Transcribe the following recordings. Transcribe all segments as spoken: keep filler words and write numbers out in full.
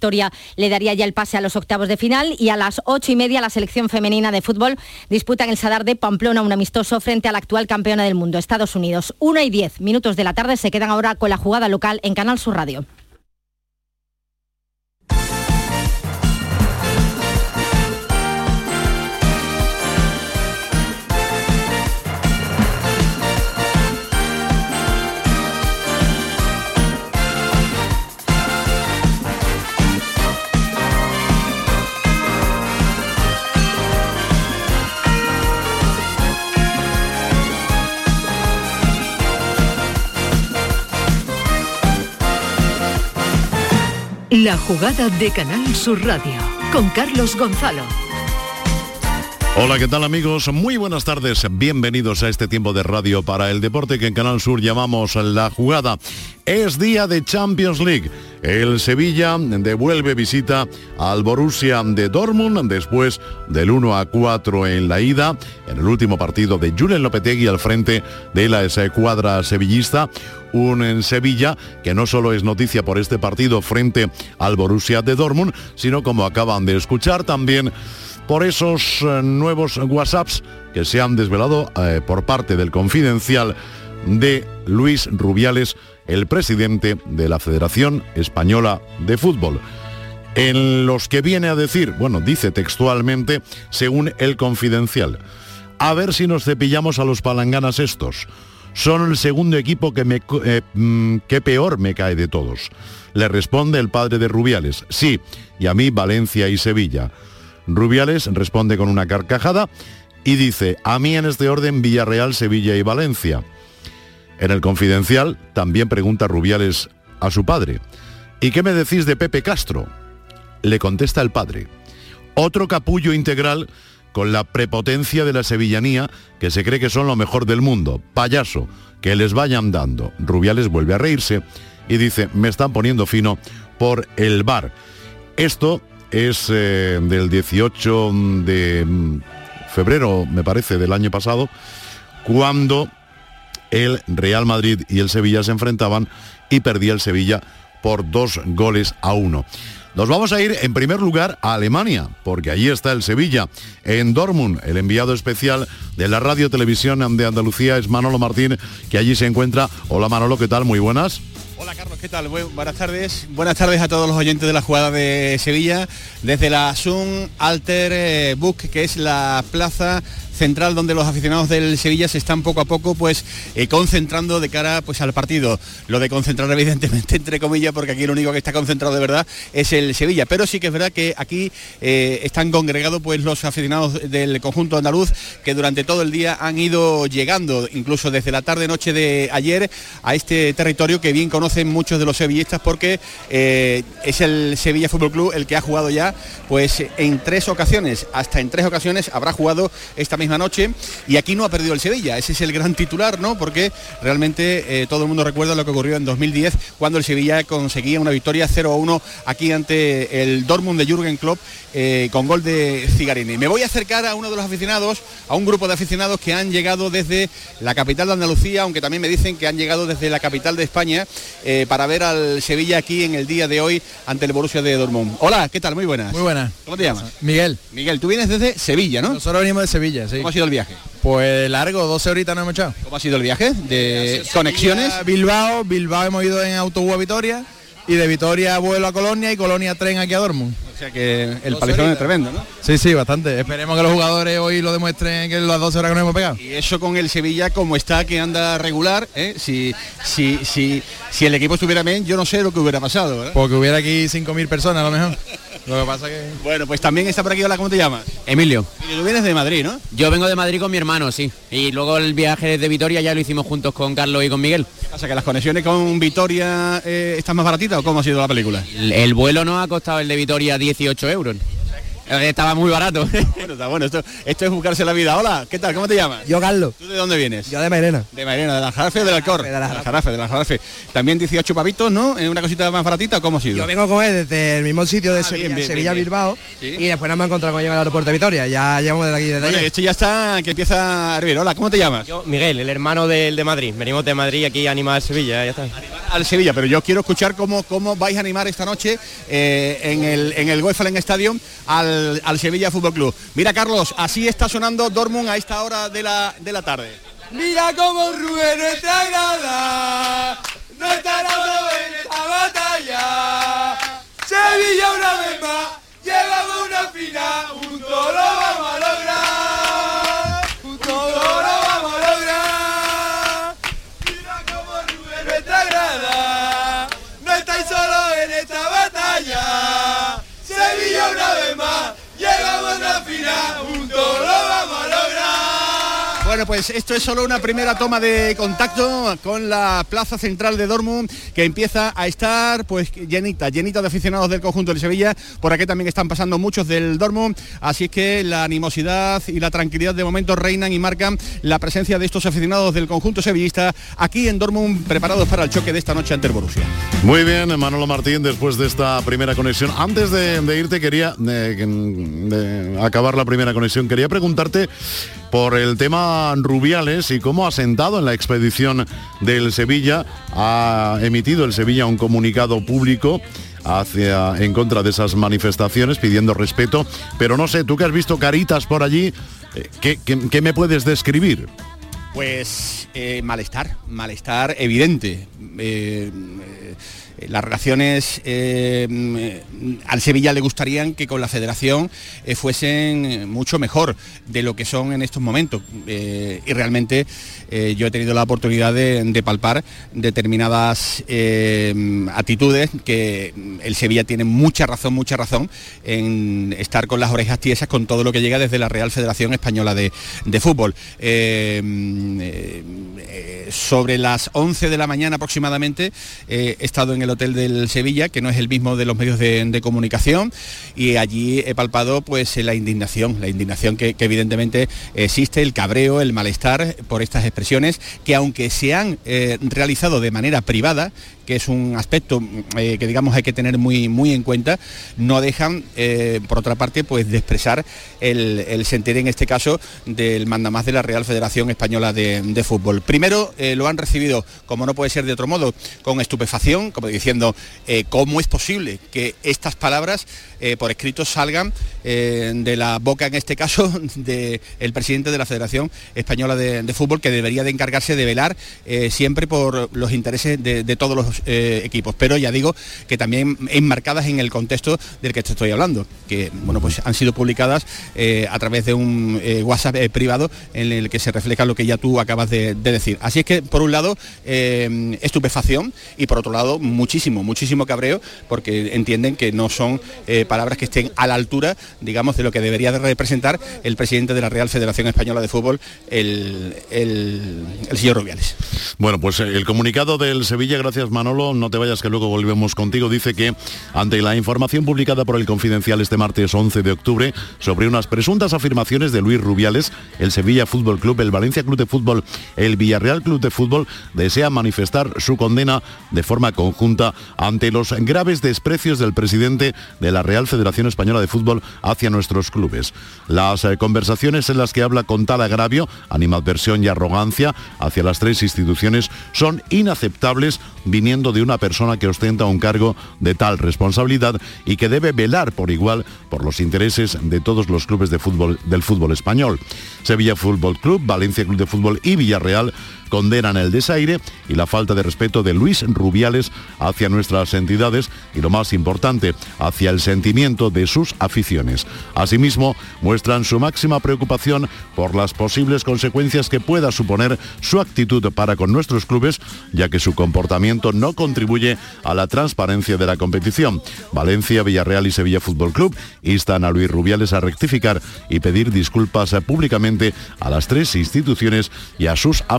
victoria le daría ya el pase a los octavos de final. Y a las ocho y media la selección femenina de fútbol disputa en el Sadar de Pamplona un amistoso frente a la actual campeona del mundo, Estados Unidos. Una y diez minutos de la tarde, se quedan ahora con la jugada local en Canal Sur Radio. La jugada de Canal Sur Radio, con Carlos Gonzalo. Hola, ¿qué tal amigos? Muy buenas tardes, bienvenidos a este tiempo de radio para el deporte que en Canal Sur llamamos La Jugada. Es día de Champions League. El Sevilla devuelve visita al Borussia de Dortmund después del uno a cuatro en la ida, en el último partido de Julen Lopetegui al frente de la escuadra sevillista. Un en Sevilla que no solo es noticia por este partido frente al Borussia de Dortmund, sino, como acaban de escuchar, también por esos eh, nuevos WhatsApps que se han desvelado eh, por parte del Confidencial de Luis Rubiales, el presidente de la Federación Española de Fútbol, en los que viene a decir, bueno, dice textualmente, según el Confidencial: a ver si nos cepillamos a los palanganas estos. Son el segundo equipo que, me, eh, que peor me cae de todos. Le responde el padre de Rubiales: sí, y a mí Valencia y Sevilla. Rubiales responde con una carcajada y dice: a mí en este orden Villarreal, Sevilla y Valencia. En el Confidencial también pregunta Rubiales a su padre: ¿y qué me decís de Pepe Castro? Le contesta el padre: otro capullo integral con la prepotencia de la sevillanía, que se cree que son lo mejor del mundo. Payaso, que les vayan dando. Rubiales vuelve a reírse y dice: me están poniendo fino por el V A R. Esto es eh, del dieciocho de febrero, me parece, del año pasado, cuando el Real Madrid y el Sevilla se enfrentaban y perdía el Sevilla por dos goles a uno. Nos vamos a ir en primer lugar a Alemania, porque allí está el Sevilla, en Dortmund. El enviado especial de la Radio Televisión de Andalucía es Manolo Martín, que allí se encuentra. Hola Manolo, ¿qué tal? Muy buenas. Hola Carlos, ¿qué tal? Buenas tardes. Buenas tardes a todos los oyentes de la jugada de Sevilla, desde la Sun Alter Book, que es la plaza central donde los aficionados del Sevilla se están poco a poco pues eh, concentrando de cara pues al partido. Lo de concentrar evidentemente entre comillas, porque aquí lo único que está concentrado de verdad es el Sevilla, pero sí que es verdad que aquí eh, están congregados pues los aficionados del conjunto andaluz, que durante todo el día han ido llegando, incluso desde la tarde noche de ayer, a este territorio que bien conocen muchos de los sevillistas, porque eh, es el Sevilla Fútbol Club el que ha jugado ya pues en tres ocasiones, hasta en tres ocasiones habrá jugado esta misma noche, y aquí no ha perdido el Sevilla. Ese es el gran titular, ¿no? Porque realmente eh, todo el mundo recuerda lo que ocurrió en dos mil diez, cuando el Sevilla conseguía una victoria cero a uno aquí ante el Dortmund de Jürgen Klopp, eh, con gol de Zigarini. Me voy a acercar a uno de los aficionados, a un grupo de aficionados que han llegado desde la capital de Andalucía, aunque también me dicen que han llegado desde la capital de España, eh, para ver al Sevilla aquí en el día de hoy ante el Borussia de Dortmund. Hola, ¿qué tal? Muy buenas. Muy buenas. ¿Cómo te llamas? Miguel. Miguel, tú vienes desde Sevilla, ¿no? Nosotros venimos de Sevilla, sí. ¿Cómo ha sido el viaje? Pues largo, doce horitas nos hemos echado. ¿Cómo ha sido el viaje? ¿De conexiones? Bilbao, Bilbao hemos ido en autobús a Vitoria, y de Vitoria vuelo a Colonia, y Colonia tren aquí a Dortmund. O sea que el palizón es tremendo, ¿no? Sí, sí, bastante. Esperemos que los jugadores hoy lo demuestren en las doce horas que nos hemos pegado. Y eso con el Sevilla como está, que anda regular, ¿eh? Si, si, si, si el equipo estuviera bien, yo no sé lo que hubiera pasado, ¿verdad? Porque hubiera aquí cinco mil personas a lo mejor. Lo que pasa que... Bueno, pues también está por aquí. Hola, ¿cómo te llamas? Emilio. Y tú vienes de Madrid, ¿no? Yo vengo de Madrid con mi hermano, sí. Y luego el viaje de Vitoria ya lo hicimos juntos con Carlos y con Miguel. ¿Qué pasa, que las conexiones con Vitoria eh, están más baratitas, o cómo ha sido la película? El, el vuelo nos ha costado, el de Vitoria, dieciocho euros. Estaba muy barato. Bueno, está bueno, esto, esto es buscarse la vida. Hola, ¿qué tal? ¿Cómo te llamas? Yo, Carlos. ¿Tú de dónde vienes? Yo de Mairena. De Mairena, de la Jarafe o del Alcor. De la Jarafe, de la Jarafe. También dieciocho pavitos, ¿no? ¿En una cosita más baratita o cómo ha sido? Yo vengo a comer desde el mismo sitio de Ah, Sevilla, bien, bien, Sevilla bien, bien. Bilbao, Sí. y después nos hemos encontrado con llegar al aeropuerto de Vitoria. Ya llevamos desde aquí desde Bueno, ayer. esto ya está, que empieza a hervir. Hola, ¿cómo te llamas? Yo, Miguel, el hermano del de Madrid. Venimos de Madrid aquí a animar al Sevilla, ya está. Al Sevilla, pero yo quiero escuchar cómo, cómo vais a animar esta noche eh, en el en el Westfalen Stadium al, al Sevilla Fútbol Club. Mira, Carlos, así está sonando Dortmund a esta hora de la, de la tarde. Mira cómo Rubén nuestra grada, no estará en esta batalla. Sevilla una vez más, llevamos una final, juntos lo vamos a lograr, juntos lo vamos a lograr. Mira cómo Rubén nuestra grada, no estáis solos en esta batalla. Sevilla una vez más, llegamos a una final, juntos lo vamos a lograr. Bueno, pues esto es solo una primera toma de contacto con la plaza central de Dortmund, que empieza a estar pues llenita, llenita de aficionados del conjunto del Sevilla. Por aquí también están pasando muchos del Dortmund, así es que la animosidad y la tranquilidad de momento reinan y marcan la presencia de estos aficionados del conjunto sevillista aquí en Dortmund, preparados para el choque de esta noche ante el Borussia. Muy bien, Manolo Martín, después de esta primera conexión, antes de, de irte quería de, de acabar la primera conexión, quería preguntarte por el tema Rubiales y cómo ha sentado en la expedición del Sevilla. Ha emitido el Sevilla un comunicado público hacia, en contra de esas manifestaciones, pidiendo respeto, pero no sé, tú que has visto caritas por allí, ¿qué, qué, qué me puedes describir? Pues eh, malestar, malestar evidente. Eh, eh, las relaciones eh, al Sevilla le gustarían que con la federación eh, fuesen mucho mejor de lo que son en estos momentos. Eh, y realmente eh, yo he tenido la oportunidad de, de palpar determinadas eh, actitudes que el Sevilla tiene mucha razón, mucha razón en estar con las orejas tiesas con todo lo que llega desde la Real Federación Española de, de Fútbol. Eh, eh, sobre las once de la mañana aproximadamente eh, he estado en el hotel del Sevilla, que no es el mismo de los medios de, de comunicación, y allí he palpado pues la indignación, la indignación que, que evidentemente existe, el cabreo, el malestar por estas expresiones, que aunque se han eh, realizado de manera privada, que es un aspecto eh, que digamos hay que tener muy, muy en cuenta, no dejan, eh, por otra parte, pues de expresar el, el sentir en este caso del mandamás de la Real Federación Española de, de Fútbol. Primero eh, lo han recibido, como no puede ser de otro modo, con estupefacción, como diciendo eh, cómo es posible que estas palabras eh, por escrito salgan eh, de la boca, en este caso, del presidente de la Federación Española de, de Fútbol, que debería de encargarse de velar eh, siempre por los intereses de, de todos los Eh, equipos, pero ya digo que también enmarcadas en el contexto del que te estoy hablando, que bueno pues han sido publicadas eh, a través de un eh, WhatsApp eh, privado en el que se refleja lo que ya tú acabas de, de decir. Así es que por un lado eh, estupefacción y por otro lado muchísimo, muchísimo cabreo, porque entienden que no son eh, palabras que estén a la altura, digamos, de lo que debería de representar el presidente de la Real Federación Española de Fútbol, el, el, el señor Rubiales. Bueno, pues el comunicado del Sevilla, gracias Manolo, no te vayas que luego volvemos contigo, dice que ante la información publicada por el Confidencial este martes once de octubre sobre unas presuntas afirmaciones de Luis Rubiales, el Sevilla Fútbol Club, el Valencia Club de Fútbol, el Villarreal Club de Fútbol desean manifestar su condena de forma conjunta ante los graves desprecios del presidente de la Real Federación Española de Fútbol hacia nuestros clubes. Las eh, conversaciones en las que habla con tal agravio, animadversión y arrogancia hacia las tres instituciones son inaceptables, viniendo de una persona que ostenta un cargo de tal responsabilidad y que debe velar por igual por los intereses de todos los clubes de fútbol del fútbol español. Sevilla Fútbol Club, Valencia Club de Fútbol y Villarreal condenan el desaire y la falta de respeto de Luis Rubiales hacia nuestras entidades y, lo más importante, hacia el sentimiento de sus aficiones. Asimismo, muestran su máxima preocupación por las posibles consecuencias que pueda suponer su actitud para con nuestros clubes, ya que su comportamiento no contribuye a la transparencia de la competición. Valencia, Villarreal y Sevilla Fútbol Club instan a Luis Rubiales a rectificar y pedir disculpas públicamente a las tres instituciones y a sus aficionados.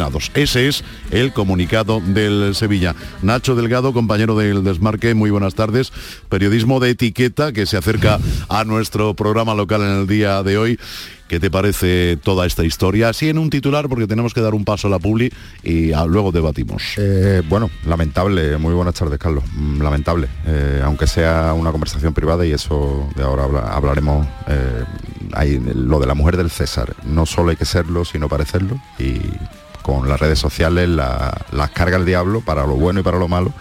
lesionados. Ese es el comunicado del Sevilla. Nacho Delgado, compañero del Desmarque, muy buenas tardes. Periodismo de etiqueta que se acerca a nuestro programa local en el día de hoy. ¿Qué te parece toda esta historia? Así en un titular, porque tenemos que dar un paso a la publi y a, luego debatimos. Eh, bueno, lamentable. Muy buenas tardes, Carlos. Lamentable. Eh, aunque sea una conversación privada, y eso de ahora habla, hablaremos, eh, hay, lo de la mujer del César. No solo hay que serlo, sino parecerlo. Y con las redes sociales la, las carga el diablo para lo bueno y para lo malo.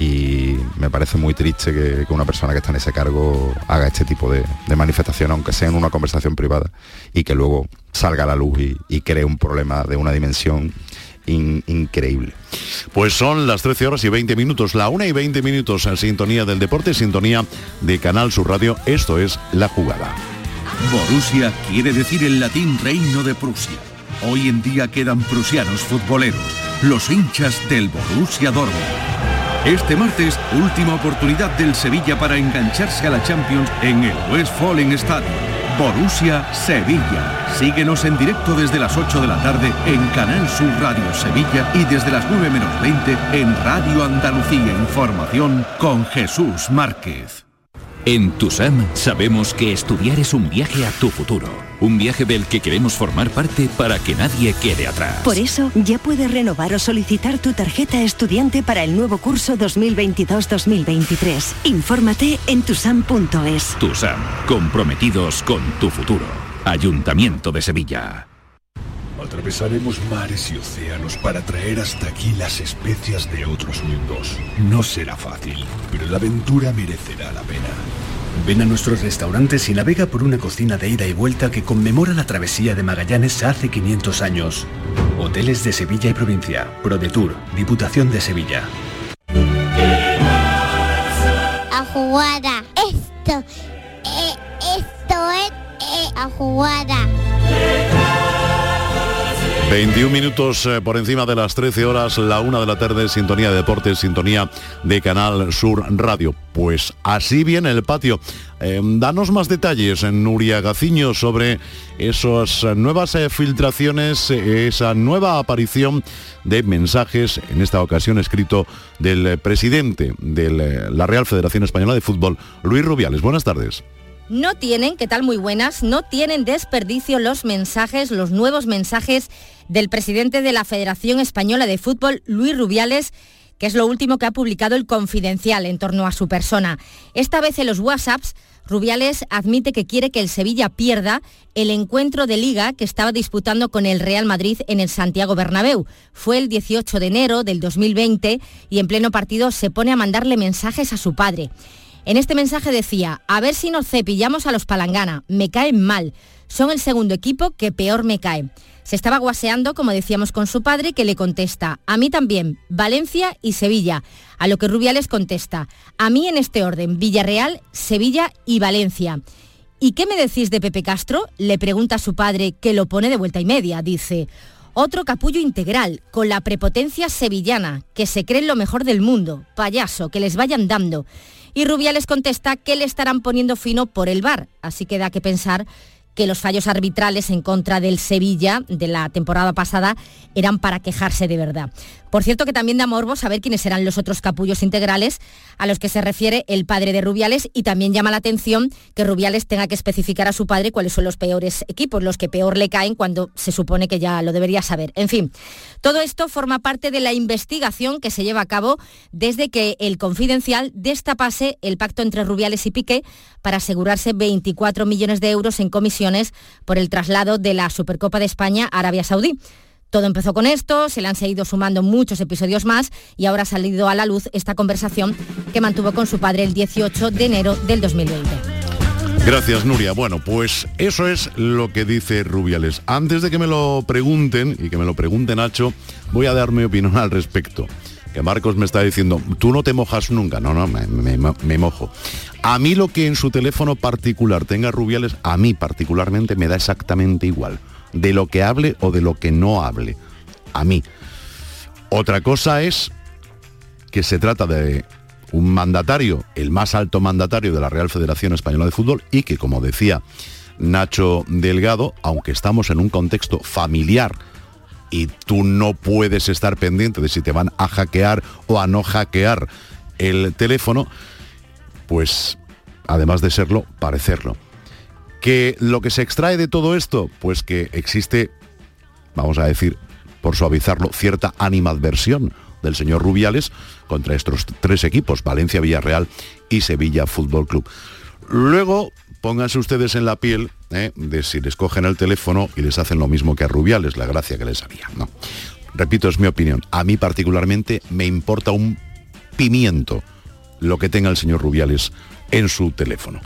Y me parece muy triste que, que una persona que está en ese cargo haga este tipo de, de manifestación, aunque sea en una conversación privada, y que luego salga a la luz y, y cree un problema de una dimensión in, increíble. Pues son las trece horas y veinte minutos, la una y veinte minutos, en sintonía del deporte, sintonía de Canal Sur Radio. Esto es La Jugada. Borussia quiere decir en latín reino de Prusia. Hoy en día quedan prusianos futboleros, los hinchas del Borussia Dortmund. Este martes, última oportunidad del Sevilla para engancharse a la Champions en el Westfalen Stadium. Borussia Sevilla. Síguenos en directo desde las ocho de la tarde en Canal Sur Radio Sevilla y desde las nueve menos veinte en Radio Andalucía Información con Jesús Márquez. En TUSAM sabemos que estudiar es un viaje a tu futuro, un viaje del que queremos formar parte para que nadie quede atrás. Por eso ya puedes renovar o solicitar tu tarjeta estudiante para el nuevo curso dos mil veintidós dos mil veintitrés. Infórmate en tusam punto es. TUSAM, comprometidos con tu futuro. Ayuntamiento de Sevilla. Atravesaremos mares y océanos para traer hasta aquí las especias de otros mundos. No será fácil, pero la aventura merecerá la pena. Ven a nuestros restaurantes y navega por una cocina de ida y vuelta que conmemora la travesía de Magallanes hace quinientos años. Hoteles de Sevilla y provincia. ProDetour, Diputación de Sevilla. A jugada. Esto, eh, esto es eh, a jugada. veintiún minutos eh, por encima de las trece horas, la una de la tarde, sintonía de deportes, sintonía de Canal Sur Radio. Pues así viene el patio. Eh, danos más detalles, Nuria Gaciño, sobre esas nuevas eh, filtraciones, eh, esa nueva aparición de mensajes, en esta ocasión escrito del eh, presidente de eh, la Real Federación Española de Fútbol, Luis Rubiales. Buenas tardes. No tienen, ¿qué tal? Muy buenas, no tienen desperdicio los mensajes, los nuevos mensajes del presidente de la Federación Española de Fútbol, Luis Rubiales, que es lo último que ha publicado El Confidencial en torno a su persona. Esta vez en los WhatsApps, Rubiales admite que quiere que el Sevilla pierda el encuentro de Liga que estaba disputando con el Real Madrid en el Santiago Bernabéu. Fue el dieciocho de enero del dos mil veinte y en pleno partido se pone a mandarle mensajes a su padre. En este mensaje decía: a ver si nos cepillamos a los Palangana, me caen mal, son el segundo equipo que peor me cae. Se estaba guaseando, como decíamos, con su padre, que le contesta: a mí también, Valencia y Sevilla. A lo que Rubiales contesta: a mí en este orden, Villarreal, Sevilla y Valencia. ¿Y qué me decís de Pepe Castro?, le pregunta a su padre, que lo pone de vuelta y media. Dice: otro capullo integral, con la prepotencia sevillana, que se creen lo mejor del mundo, payaso, que les vayan dando. Y Rubiales contesta que le estarán poniendo fino por el V A R, así que da que pensar que los fallos arbitrales en contra del Sevilla de la temporada pasada eran para quejarse de verdad. Por cierto, que también da morbo saber quiénes serán los otros capullos integrales a los que se refiere el padre de Rubiales, y también llama la atención que Rubiales tenga que especificar a su padre cuáles son los peores equipos, los que peor le caen, cuando se supone que ya lo debería saber. En fin, todo esto forma parte de la investigación que se lleva a cabo desde que El Confidencial destapase el pacto entre Rubiales y Piqué para asegurarse veinticuatro millones de euros en comisiones por el traslado de la Supercopa de España a Arabia Saudí. Todo empezó con esto, se le han seguido sumando muchos episodios más y ahora ha salido a la luz esta conversación que mantuvo con su padre el dieciocho de enero del dos mil veinte. Gracias, Nuria. Bueno, pues eso es lo que dice Rubiales. Antes de que me lo pregunten, y que me lo pregunte Nacho, voy a dar mi opinión al respecto. Que Marcos me está diciendo: tú no te mojas nunca. No, no, me, me, me mojo. A mí lo que en su teléfono particular tenga Rubiales, a mí particularmente me da exactamente igual, de lo que hable o de lo que no hable. A mí. Otra cosa es que se trata de un mandatario, el más alto mandatario de la Real Federación Española de Fútbol, y que, como decía Nacho Delgado, aunque estamos en un contexto familiar y tú no puedes estar pendiente de si te van a hackear o a no hackear el teléfono, pues además de serlo, parecerlo. ¿Que lo que se extrae de todo esto? Pues que existe, vamos a decir, por suavizarlo, cierta animadversión del señor Rubiales contra estos tres equipos, Valencia, Villarreal y Sevilla Fútbol Club. Luego, pónganse ustedes en la piel ¿eh? de si les cogen el teléfono y les hacen lo mismo que a Rubiales, la gracia que les había. No. Repito, es mi opinión. A mí particularmente me importa un pimiento lo que tenga el señor Rubiales en su teléfono.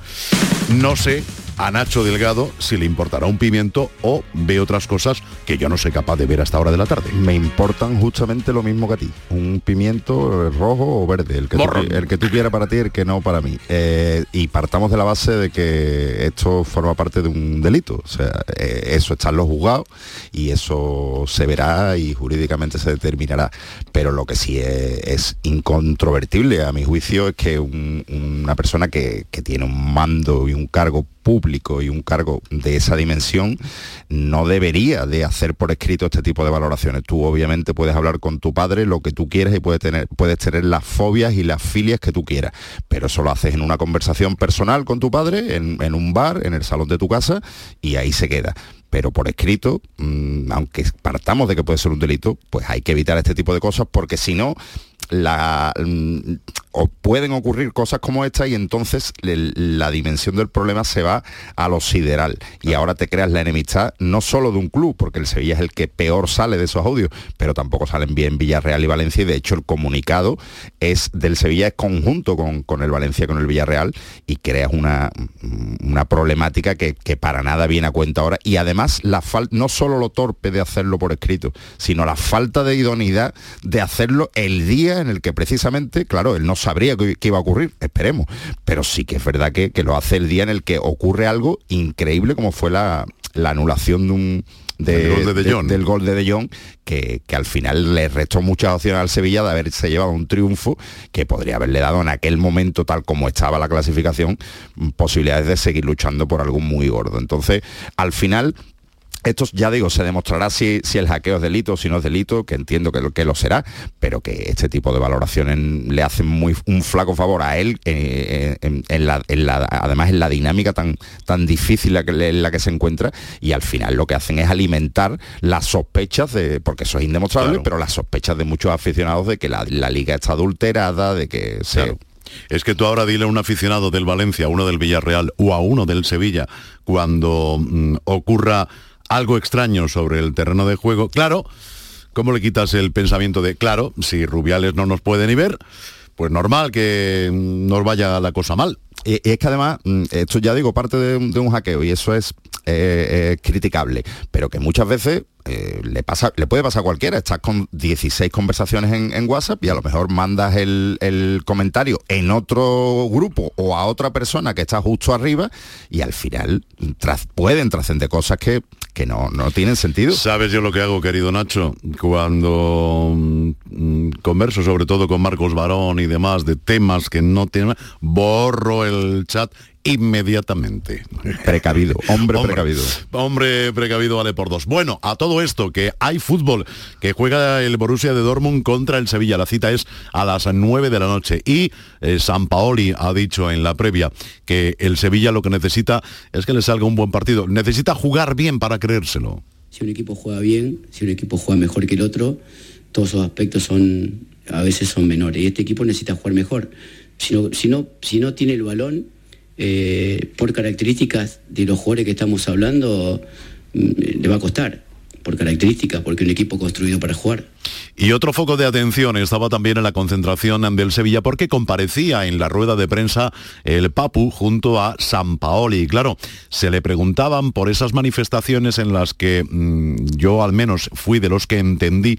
No sé a Nacho Delgado si le importará un pimiento o ve otras cosas que yo no soy capaz de ver hasta hora de la tarde. Me importan justamente lo mismo que a ti. Un pimiento rojo o verde, el que, tú, el que tú quieras para ti, el que no para mí. Eh, y partamos de la base de que esto forma parte de un delito. O sea, eh, eso está en los juzgados y eso se verá y jurídicamente se determinará. Pero lo que sí es, es incontrovertible, a mi juicio, es que un, una persona que, que tiene un mando y un cargo público y un cargo de esa dimensión no debería de hacer por escrito este tipo de valoraciones. Tú obviamente puedes hablar con tu padre lo que tú quieras y puedes tener, puedes tener las fobias y las filias que tú quieras, pero eso lo haces en una conversación personal con tu padre, en, en un bar, en el salón de tu casa, y ahí se queda. Pero por escrito, mmm, aunque partamos de que puede ser un delito, pues hay que evitar este tipo de cosas, porque si no, la, mmm, o pueden ocurrir cosas como esta y entonces le, la dimensión del problema se va a lo sideral. Y ahora te creas la enemistad no solo de un club, porque el Sevilla es el que peor sale de esos audios, pero tampoco salen bien Villarreal y Valencia, y de hecho el comunicado es del Sevilla, es conjunto con, con el Valencia, con el Villarreal, y creas una, una problemática que, que para nada viene a cuenta ahora. Y además la falta, no solo lo torpe de hacerlo por escrito, sino la falta de idoneidad de hacerlo el día en el que precisamente, claro, él no sabría que, que iba a ocurrir, esperemos, pero sí que es verdad que, que lo hace el día en el que ocurre algo increíble, como fue la, la anulación de un de, gol de De Jong. de, del gol de De Jong, que, que al final le restó muchas opciones al Sevilla de haberse llevado un triunfo que podría haberle dado en aquel momento, tal como estaba la clasificación, posibilidades de seguir luchando por algo muy gordo. Entonces, al final, esto, ya digo, se demostrará si, si el hackeo es delito o si no es delito, que entiendo que lo, que lo será, pero que este tipo de valoraciones le hacen muy, un flaco favor a él, eh, en, en la, en la, además en la dinámica tan, tan difícil la que, en la que se encuentra, y al final lo que hacen es alimentar las sospechas, de, porque eso es indemostrable, claro, pero las sospechas de muchos aficionados de que la, la liga está adulterada, de que se... Claro. Es que tú ahora dile a un aficionado del Valencia, a uno del Villarreal o a uno del Sevilla, cuando mmm, ocurra algo extraño sobre el terreno de juego, claro, ¿cómo le quitas el pensamiento de, claro, si Rubiales no nos puede ni ver, pues normal que nos vaya la cosa mal? Y, y es que además, esto ya digo, parte de, de un hackeo, y eso es eh, eh, criticable, pero que muchas veces eh, le pasa, le puede pasar a cualquiera. Estás con dieciséis conversaciones en, en WhatsApp y a lo mejor mandas el, el comentario en otro grupo o a otra persona que está justo arriba, y al final tras, pueden trascender cosas que, que no, no tienen sentido. ¿Sabes yo lo que hago, querido Nacho? Cuando mmm, converso sobre todo con Marcos Barón y demás de temas que no tienen, borro el chat inmediatamente. Precavido, hombre, hombre precavido. Hombre precavido vale por dos. Bueno, a todo esto, que hay fútbol, que juega el Borussia de Dortmund contra el Sevilla. La cita es a las nueve de la noche. Y eh, Sampaoli ha dicho en la previa que el Sevilla lo que necesita es que le salga un buen partido. Necesita jugar bien para creérselo. Si un equipo juega bien, si un equipo juega mejor que el otro, todos esos aspectos son, a veces son menores. Y este equipo necesita jugar mejor. Si no, si no, si no tiene el balón, Eh, por características de los jugadores que estamos hablando, eh, le va a costar, por características, porque un equipo construido para jugar. Y otro foco de atención estaba también en la concentración del Sevilla, porque comparecía en la rueda de prensa el Papu junto a Sampaoli. Y claro, se le preguntaban por esas manifestaciones en las que mmm, yo al menos fui de los que entendí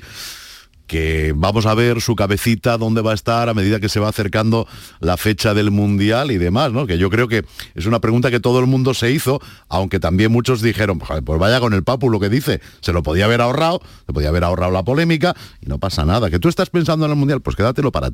que vamos a ver su cabecita dónde va a estar a medida que se va acercando la fecha del Mundial y demás, ¿no? Que yo creo que es una pregunta que todo el mundo se hizo, aunque también muchos dijeron, pues vaya con el Papu lo que dice, se lo podía haber ahorrado, se podía haber ahorrado la polémica y no pasa nada. Que tú estás pensando en el Mundial, pues quédatelo para ti,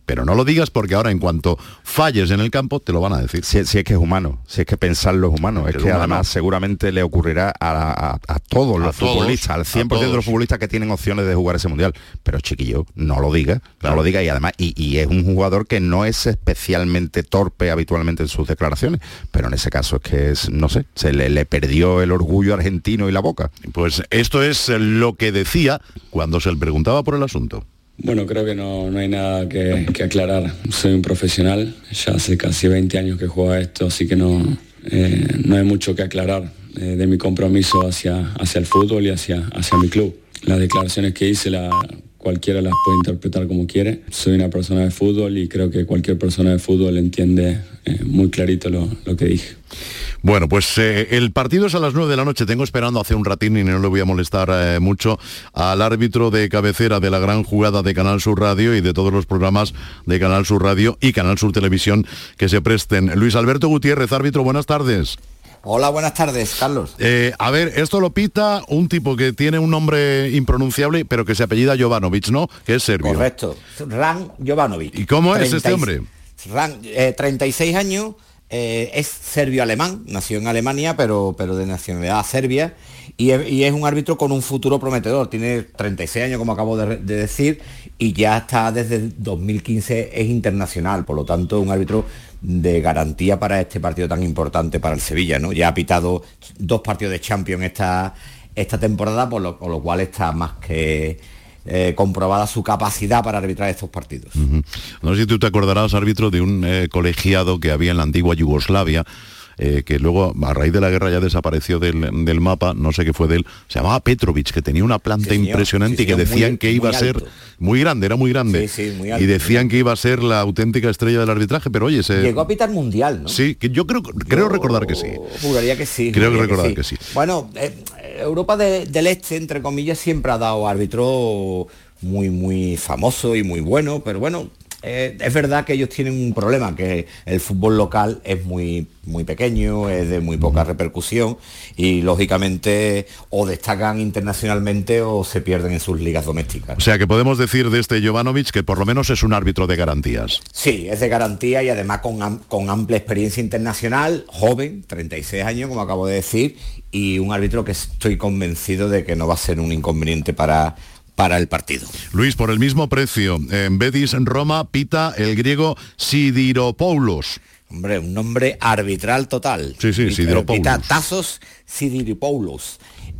pero no lo digas porque ahora en cuanto falles en el campo te lo van a decir. Si, si es que es humano, si es que pensarlo es humano, es, es que humano. Además seguramente le ocurrirá a, a, a todos los a futbolistas, todos, al cien por ciento de los futbolistas que tienen opciones de jugar ese mundial. Pero chiquillo, no lo diga, claro. no lo diga y además, y, y es un jugador que no es especialmente torpe habitualmente en sus declaraciones, pero en ese caso es que es, no sé, se le, le perdió el orgullo argentino y la boca. Pues esto es lo que decía cuando se le preguntaba por el asunto. Bueno, creo que no, no hay nada que, que aclarar. Soy un profesional, ya hace casi veinte años que juego a esto, así que no, eh, no hay mucho que aclarar eh, de mi compromiso hacia, hacia el fútbol y hacia, hacia mi club. Las declaraciones que hice, la, cualquiera las puede interpretar como quiere. Soy una persona de fútbol y creo que cualquier persona de fútbol entiende eh, muy clarito lo, lo que dije. Bueno, pues eh, el partido es a las nueve de la noche. Tengo esperando hace un ratín y no le voy a molestar eh, mucho al árbitro de cabecera de la gran jugada de Canal Sur Radio y de todos los programas de Canal Sur Radio y Canal Sur Televisión que se presten. Luis Alberto Gutiérrez, árbitro, buenas tardes. Hola, buenas tardes, Carlos. Eh, a ver, esto lo pita un tipo que tiene un nombre impronunciable, pero que se apellida Jovanovic, ¿no? Que es serbio. Correcto, Ran Jovanovic. ¿Y cómo es este hombre? Ran, eh, treinta y seis años. Eh, es serbio-alemán, nació en Alemania, pero, pero de nacionalidad serbia, y es, y es un árbitro con un futuro prometedor. Tiene treinta y seis años, como acabo de, de decir, y ya está desde dos mil quince, es internacional, por lo tanto, un árbitro de garantía para este partido tan importante para el Sevilla, ¿no? Ya ha pitado dos partidos de Champions esta, esta temporada, por lo, por lo cual está más que... Eh, comprobada su capacidad para arbitrar estos partidos. Uh-huh. No sé si tú te acordarás, árbitro, de un eh, colegiado que había en la antigua Yugoslavia, eh, que luego a raíz de la guerra ya desapareció del, del mapa, no sé qué fue de él, se llamaba Petrovic, que tenía una planta sí, impresionante sí, y que decían muy, que iba a ser alto. Muy grande, era muy grande, sí, sí, muy alto, y decían que iba a ser la auténtica estrella del arbitraje, pero oye, se... llegó a pitar mundial, ¿no? Sí, que yo creo, creo yo recordar que sí. Juraría que sí. Creo que recordar que sí. que sí. Bueno, eh, Europa de, del Este, entre comillas, siempre ha dado árbitro muy, muy famoso y muy bueno, pero bueno, eh, es verdad que ellos tienen un problema, que el fútbol local es muy, muy pequeño, es de muy poca repercusión y lógicamente o destacan internacionalmente o se pierden en sus ligas domésticas. O sea que podemos decir de este Jovanovic que por lo menos es un árbitro de garantías. Sí, es de garantía y además con, con amplia experiencia internacional, joven, treinta y seis años, como acabo de decir, y un árbitro que estoy convencido de que no va a ser un inconveniente para... para el partido. Luis, por el mismo precio, en Betis en Roma pita el griego Sidiropoulos. Hombre, un nombre arbitral total. Sí, sí, Sidiropoulos. Pita Tassos Sidiropoulos.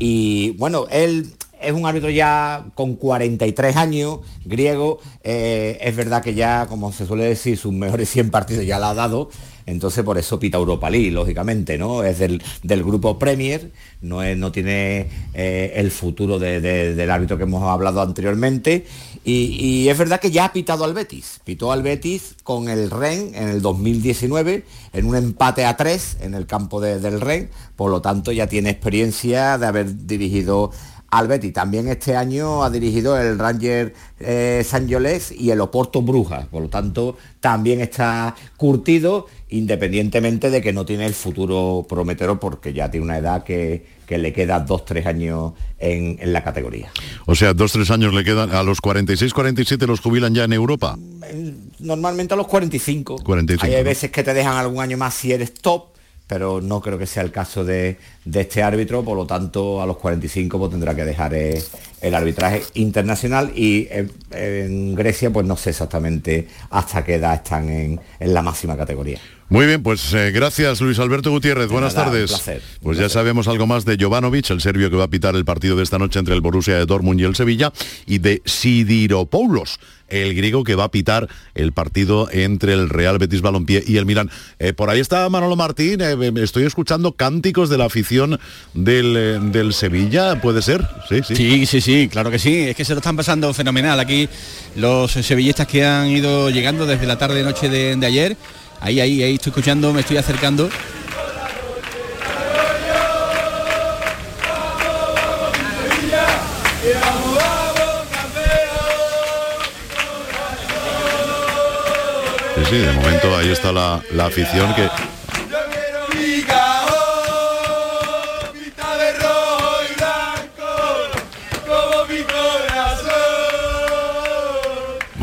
Y bueno, él es un árbitro ya con cuarenta y tres años, griego. Eh, es verdad que ya, como se suele decir, sus mejores cien partidos ya la ha dado. Entonces por eso pita Europa League, lógicamente, ¿no? Es del, del grupo Premier, no, es, no tiene eh, el futuro de, de, del árbitro que hemos hablado anteriormente. Y, y es verdad que ya ha pitado al Betis. Pitó al Betis con el Rennes en el dos mil diecinueve, en un empate a tres en el campo de, del Rennes. Por lo tanto, ya tiene experiencia de haber dirigido al Betis. También este año ha dirigido el Ranger eh, San Jolés y el Oporto Brujas. Por lo tanto, también está curtido, independientemente de que no tiene el futuro prometedor, porque ya tiene una edad que, que le queda dos, tres años en, en la categoría. O sea, dos, tres años le quedan. A los cuarenta y seis, cuarenta y siete los jubilan ya en Europa. Normalmente a los cuarenta y cinco. cuarenta y cinco, Hay ¿no? veces que te dejan algún año más si eres top, pero no creo que sea el caso de, de este árbitro, por lo tanto a los cuarenta y cinco pues, tendrá que dejar eh, el arbitraje internacional y eh, en Grecia pues no sé exactamente hasta qué edad están en, en la máxima categoría. Muy bien, pues eh, gracias Luis Alberto Gutiérrez, buenas nada, tardes. Un placer, pues un ya placer. sabemos algo más de Jovanovic, el serbio que va a pitar el partido de esta noche entre el Borussia de Dortmund y el Sevilla, y de Sidiropoulos, el griego que va a pitar el partido entre el Real Betis Balompié y el Milán. Eh, por ahí está Manolo Martín, eh, estoy escuchando cánticos de la afición del, eh, del Sevilla, ¿puede ser? Sí, sí. Sí, sí, sí, claro que sí, es que se lo están pasando fenomenal aquí los sevillistas que han ido llegando desde la tarde noche de, de ayer. Ahí, ahí, ahí estoy escuchando, me estoy acercando. Sí, sí, de momento ahí está la, la afición que...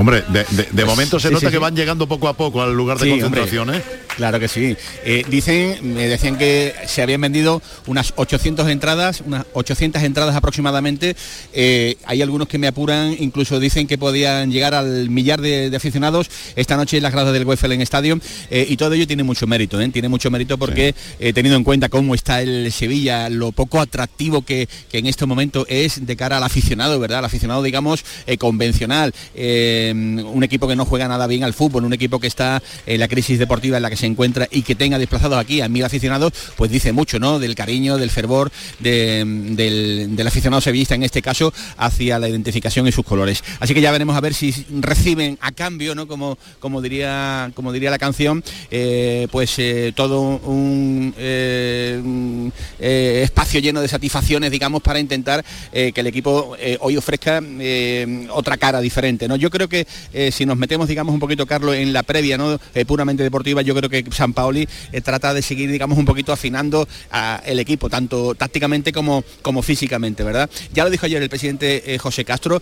Hombre, de, de, de pues, momento se sí, nota sí, que sí. van llegando poco a poco al lugar de Sí, concentración, hombre, ¿eh? Claro que sí. Eh, dicen, me decían que se habían vendido unas ochocientas entradas, unas ochocientas entradas aproximadamente. Eh, hay algunos que me apuran, incluso dicen que podían llegar al millar de, de aficionados esta noche en las gradas del Westfalen Stadium, eh, y todo ello tiene mucho mérito, ¿eh? Tiene mucho mérito porque, sí. eh, teniendo en cuenta cómo está el Sevilla, lo poco atractivo que, que en este momento es de cara al aficionado, ¿verdad? Al aficionado, digamos, eh, convencional, eh, un equipo que no juega nada bien al fútbol, un equipo que está en la crisis deportiva en la que se encuentra y que tenga desplazados aquí a mil aficionados, pues dice mucho, ¿no? Del cariño, del fervor de, del, del aficionado sevillista, en este caso, hacia la identificación y sus colores. Así que ya veremos a ver si reciben a cambio, ¿no? Como, como diría, como diría la canción, eh, pues eh, todo un, eh, un eh, espacio lleno de satisfacciones, digamos, para intentar eh, que el equipo eh, hoy ofrezca eh, otra cara diferente, ¿no? Yo creo que eh, si nos metemos, digamos, un poquito, Carlos, en la previa, ¿no? Eh, puramente deportiva, yo creo que Sampaoli eh, trata de seguir, digamos, un poquito afinando a el equipo, tanto tácticamente como, como físicamente, ¿verdad? Ya lo dijo ayer el presidente eh, José Castro,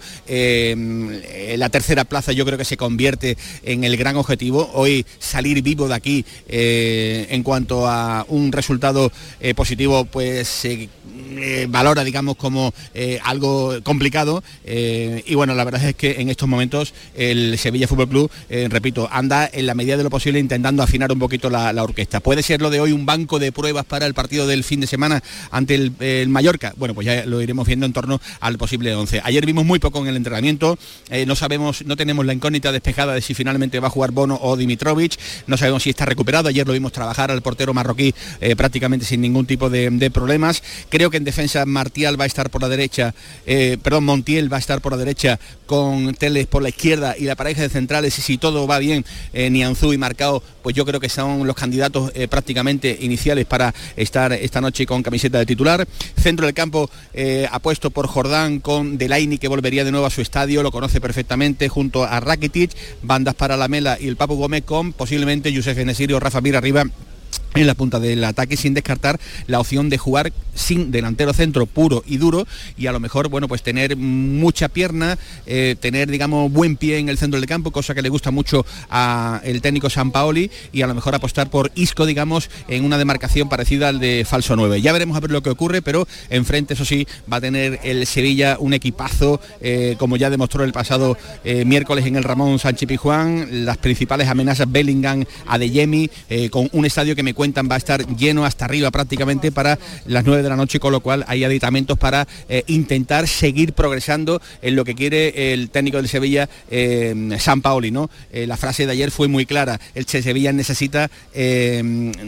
eh, la tercera plaza yo creo que se convierte en el gran objetivo, hoy salir vivo de aquí eh, en cuanto a un resultado eh, positivo, pues se eh, valora, digamos, como eh, algo complicado, eh, y bueno, la verdad es que en estos momentos el Sevilla Fútbol Club, eh, repito, anda en la medida de lo posible intentando afinar un poquito la, la orquesta. ¿Puede ser lo de hoy un banco de pruebas para el partido del fin de semana ante el, el Mallorca? Bueno, pues ya lo iremos viendo en torno al posible once. Ayer vimos muy poco en el entrenamiento, eh, no sabemos, no tenemos la incógnita despejada de si finalmente va a jugar Bono o Dimitrovic, no sabemos si está recuperado. Ayer lo vimos trabajar al portero marroquí eh, prácticamente sin ningún tipo de, de problemas. Creo que en defensa Martial va a estar por la derecha, eh, perdón, Montiel va a estar por la derecha con Teles por la izquierda y la pareja de centrales, y si todo va bien, eh, Nianzú y Marcao, pues yo creo que son los candidatos eh, prácticamente iniciales para estar esta noche con camiseta de titular. Centro del campo eh, apuesto por Jordán, con Delaney, que volvería de nuevo a su estadio, lo conoce perfectamente, junto a Rakitic, bandas para Lamela y el Papu Gómez, con posiblemente Youssef En-Nesyri o Rafa Mir arriba en la punta del ataque, sin descartar la opción de jugar sin delantero centro puro y duro, y a lo mejor, bueno, pues tener mucha pierna, eh, tener, digamos, buen pie en el centro del campo, cosa que le gusta mucho al técnico Sampaoli, y a lo mejor apostar por Isco, digamos, en una demarcación parecida al de falso nueve. Ya veremos a ver lo que ocurre, pero enfrente, eso sí, va a tener el Sevilla un equipazo, eh, como ya demostró el pasado eh, miércoles en el Ramón Sánchez Pizjuán. Las principales amenazas: Bellingham, Adeyemi, eh, con un estadio que me cuentan va a estar lleno hasta arriba prácticamente para las nueve de la noche, con lo cual hay aditamentos para eh, intentar seguir progresando en lo que quiere el técnico del Sevilla, eh, Sampaoli, ¿no? Eh, la frase de ayer fue muy clara: el Sevilla necesita eh,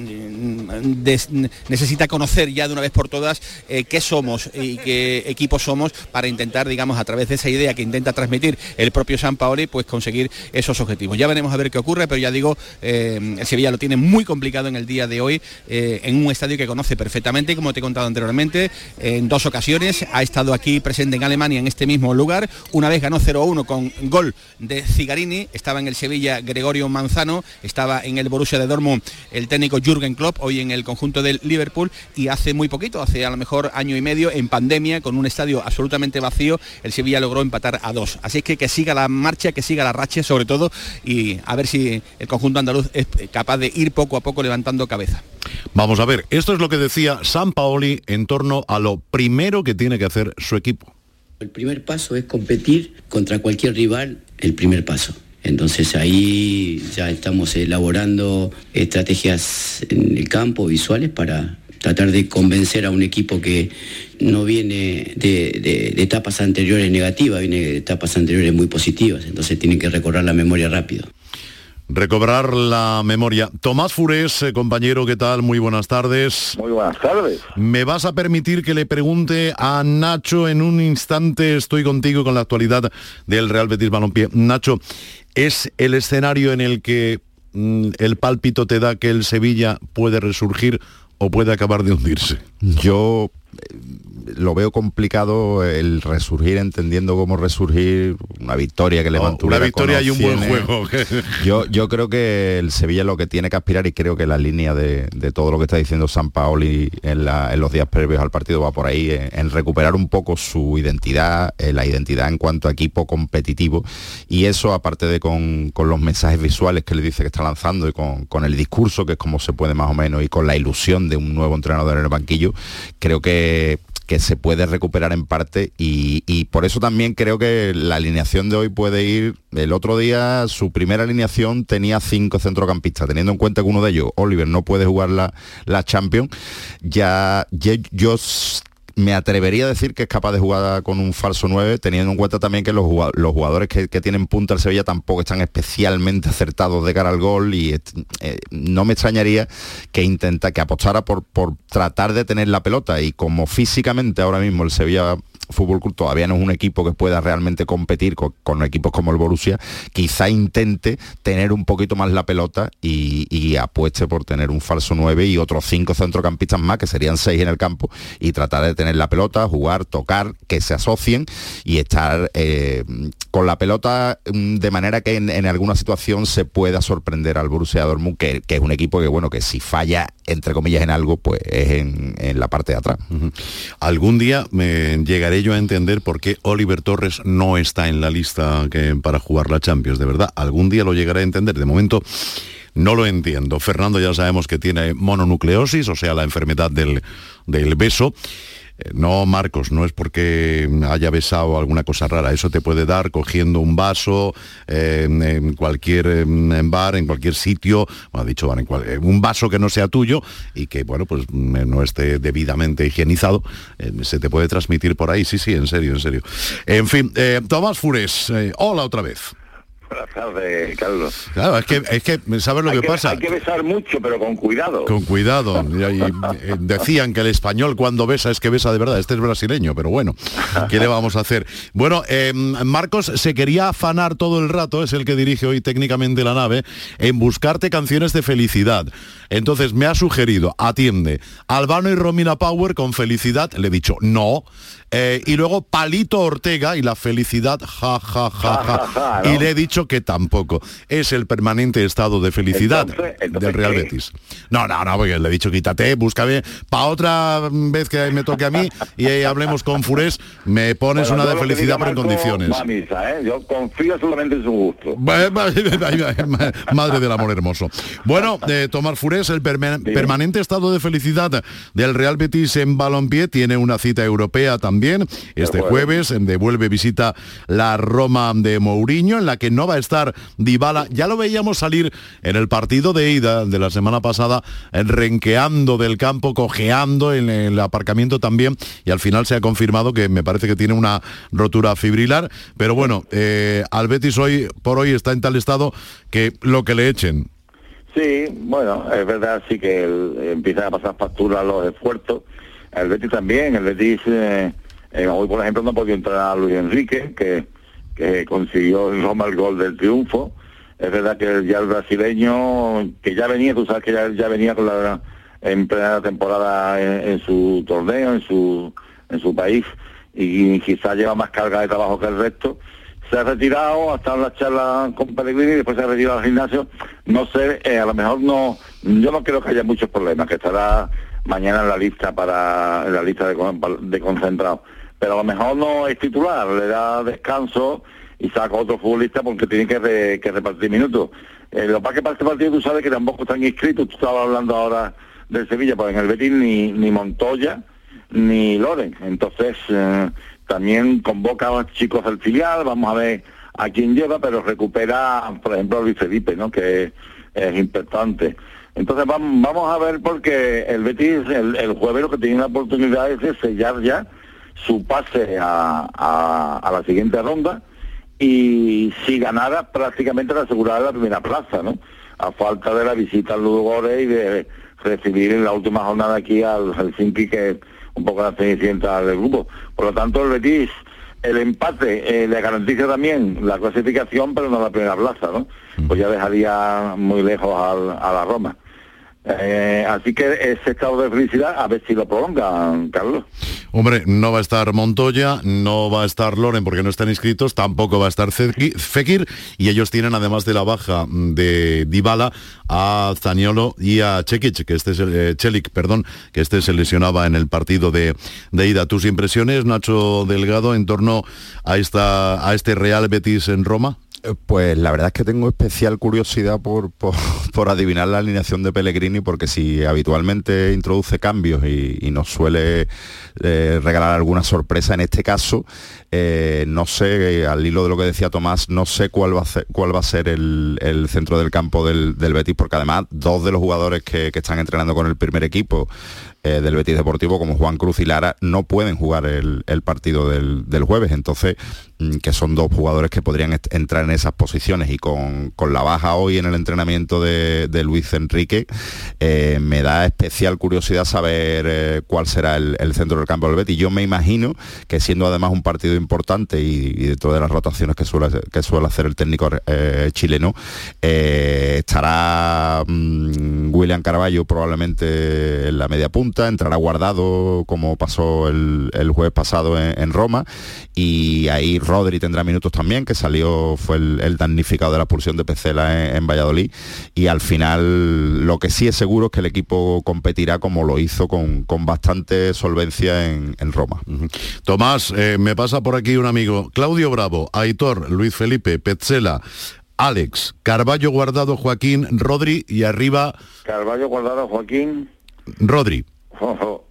des, necesita conocer ya de una vez por todas eh, qué somos y qué equipo somos, para intentar, digamos, a través de esa idea que intenta transmitir el propio Sampaoli, pues conseguir esos objetivos. Ya veremos a ver qué ocurre, pero ya digo, eh, el Sevilla lo tiene muy complicado en el día de hoy, eh, en un estadio que conoce perfectamente, como te he contado anteriormente, en dos ocasiones ha estado aquí presente en Alemania, en este mismo lugar. Una vez ganó cero a uno con gol de Zigarini, estaba en el Sevilla Gregorio Manzano, estaba en el Borussia de Dortmund el técnico Jürgen Klopp, hoy en el conjunto del Liverpool, y hace muy poquito, hace a lo mejor año y medio, en pandemia, con un estadio absolutamente vacío, el Sevilla logró empatar a dos. Así que que siga la marcha, que siga la racha sobre todo, y a ver si el conjunto andaluz es capaz de ir poco a poco levantando cabeza. Vamos a ver, esto es lo que decía Sampaoli en torno a lo primero que tiene que hacer su equipo. El primer paso es competir contra cualquier rival, el primer paso. Entonces ahí ya estamos elaborando estrategias en el campo, visuales, para tratar de convencer a un equipo que no viene de, de, de etapas anteriores negativas, viene de etapas anteriores muy positivas. Entonces tienen que recorrer la memoria rápido. Recobrar la memoria. Tomás Furés, eh, compañero, ¿qué tal? Muy buenas tardes. Muy buenas tardes. ¿Me vas a permitir que le pregunte a Nacho en un instante? Estoy contigo con la actualidad del Real Betis Balompié. Nacho, ¿es el escenario en el que mm, el pálpito te da que el Sevilla puede resurgir o puede acabar de hundirse? Yo lo veo complicado el resurgir, entendiendo cómo resurgir, una victoria que le oh, mantuviera una victoria con y un buen opciones. juego. yo, yo creo que el Sevilla lo que tiene que aspirar, y creo que la línea de, de todo lo que está diciendo Sampaoli en, la, en los días previos al partido va por ahí, en, en recuperar un poco su identidad, eh, la identidad en cuanto a equipo competitivo, y eso aparte de con, con los mensajes visuales que le dice que está lanzando y con, con el discurso, que es como se puede más o menos, y con la ilusión de un nuevo entrenador en el banquillo, creo que que se puede recuperar en parte, y, y por eso también creo que la alineación de hoy puede ir. El otro día su primera alineación tenía cinco centrocampistas, teniendo en cuenta que uno de ellos, Oliver, no puede jugar la, la Champions, ya, ya yo me atrevería a decir que es capaz de jugar con un falso nueve, teniendo en cuenta también que los jugadores, los jugadores que, que tienen punta al Sevilla tampoco están especialmente acertados de cara al gol, y eh, no me extrañaría que intenta, que apostara por, por tratar de tener la pelota, y como físicamente ahora mismo el Sevilla Fútbol Club todavía no es un equipo que pueda realmente competir con, con equipos como el Borussia, quizá intente tener un poquito más la pelota y, y apueste por tener un falso nueve y otros cinco centrocampistas más, que serían seis en el campo, y tratar de tener la pelota, jugar, tocar, que se asocien y estar eh, con la pelota de manera que en, en alguna situación se pueda sorprender al Borussia Dortmund, que, que es un equipo que, bueno, que si falla, entre comillas, en algo, pues es en, en la parte de atrás. Uh-huh. Algún día me llegaré yo a entender por qué Oliver Torres no está en la lista que, para jugar la Champions, de verdad. Algún día lo llegaré a entender. De momento no lo entiendo. Fernando ya sabemos que tiene mononucleosis, o sea, la enfermedad del, del beso. No, Marcos, no es porque haya besado alguna cosa rara, eso te puede dar cogiendo un vaso eh, en cualquier en bar, en cualquier sitio, bueno, dicho bar, en cual, un vaso que no sea tuyo y que, bueno, pues no esté debidamente higienizado, eh, se te puede transmitir por ahí, sí, sí, en serio, en serio. En fin, eh, Tomás Fures, eh, hola otra vez. Buenas tardes, Carlos. Claro, es que, es que ¿sabes lo hay que, que pasa? Hay que besar mucho, pero con cuidado. Con cuidado. Y, y, eh, decían que el español cuando besa es que besa de verdad. Este es brasileño, pero bueno, ¿qué le vamos a hacer? Bueno, eh, Marcos se quería afanar todo el rato, es el que dirige hoy técnicamente la nave, en buscarte canciones de felicidad. Entonces me ha sugerido, atiende, Albano y Romina Power con Felicidad. Le he dicho, no. Eh, y luego Palito Ortega y la felicidad, ja, ja, ja, ja, ja, ja, ¿no? Y le he dicho que tampoco. Es el permanente estado de felicidad entonces, entonces, del Real ¿qué? Betis. No, no, no, porque le he dicho, quítate, búscame, para otra vez que me toque a mí y eh, hablemos con Fures, me pones bueno, una de felicidad, pero en condiciones. Misa, ¿eh? Yo confío solamente en su gusto. Madre del amor hermoso. Bueno, eh, Tomás Fures, el perma- permanente estado de felicidad del Real Betis en balompié, tiene una cita europea también. Este jueves devuelve visita la Roma de Mourinho, en la que no va a estar Dybala. Ya lo veíamos salir en el partido de ida de la semana pasada, renqueando del campo, cojeando en el aparcamiento también, y al final se ha confirmado que me parece que tiene una rotura fibrilar, pero bueno, eh, al Betis hoy por hoy está en tal estado que lo que le echen. Sí, bueno, es verdad, sí que el, empiezan a pasar facturas los esfuerzos. El Betis también, el Betis... Eh, Eh, hoy, por ejemplo, no ha podido entrar a Luis Enrique, que, que consiguió en Roma el gol del triunfo. Es verdad que ya el brasileño, que ya venía, tú sabes que ya, ya venía con la, en plena temporada en, en su torneo, en su en su país, y quizás lleva más carga de trabajo que el resto. Se ha retirado, ha estado en la charla con Pellegrini y después se ha retirado al gimnasio. No sé, eh, a lo mejor no, yo no creo que haya muchos problemas, que estará mañana en la lista para en la lista de, de concentrados. Pero a lo mejor no es titular, le da descanso y saca otro futbolista porque tiene que, re, que repartir minutos. Eh, lo que pasa es que para este partido tú sabes que tampoco están inscritos, tú estabas hablando ahora del Sevilla, pues en el Betis ni, ni Montoya ni Loren. Entonces eh, también convoca a los chicos del filial, vamos a ver a quién lleva, pero recupera, por ejemplo, a Luis Felipe, ¿no? Que es, es importante. Entonces vamos, vamos a ver, porque el Betis el, el jueves lo que tiene la oportunidad es de sellar ya su pase a, a, a la siguiente ronda, y si ganara prácticamente le aseguraba la primera plaza, ¿no? A falta de la visita al Ludogorets y de recibir en la última jornada aquí al Helsinki, que es un poco la cenicienta del grupo. Por lo tanto, el Betis, el empate eh, le garantiza también la clasificación, pero no la primera plaza, ¿no? Pues ya dejaría muy lejos al, a la Roma. Eh, así que ese estado de felicidad, a ver si lo prolonga, Carlos. Hombre, no va a estar Montoya, no va a estar Loren porque no están inscritos, tampoco va a estar Fekir, y ellos tienen, además de la baja de Dybala, a Zaniolo y a Čekić, que este es el, eh, Čelik, perdón, que este se lesionaba en el partido de, de ida. ¿Tus impresiones, Nacho Delgado, en torno a esta a este Real Betis en Roma? Pues la verdad es que tengo especial curiosidad por, por, por adivinar la alineación de Pellegrini, porque si habitualmente introduce cambios y, y nos suele eh, regalar alguna sorpresa, en este caso, eh, no sé, eh, al hilo de lo que decía Tomás, no sé cuál va a ser, cuál va a ser el, el centro del campo del, del Betis, porque además dos de los jugadores que, que están entrenando con el primer equipo eh, del Betis Deportivo, como Juan Cruz y Lara, no pueden jugar el, el partido del, del jueves, entonces, que son dos jugadores que podrían entrar en esas posiciones, y con, con la baja hoy en el entrenamiento de, de Luis Enrique, eh, me da especial curiosidad saber eh, cuál será el, el centro del campo del Betis. Yo me imagino que, siendo además un partido importante y, y dentro de las rotaciones que suele, que suele hacer el técnico eh, chileno, eh, estará mmm, William Carvalho probablemente en la media punta, entrará Guardado como pasó el, el jueves pasado en, en Roma, y ahí Rodri tendrá minutos también, que salió, fue el, el damnificado de la expulsión de Pecela en, en Valladolid, y al final lo que sí es seguro es que el equipo competirá como lo hizo, con, con bastante solvencia en, en Roma. Uh-huh. Tomás, eh, me pasa por aquí un amigo, Claudio Bravo, Aitor, Luis Felipe, Petzela, Alex, Carballo, Guardado, Joaquín, Rodri, y arriba... Carballo, Guardado, Joaquín... Rodri. Oh, oh.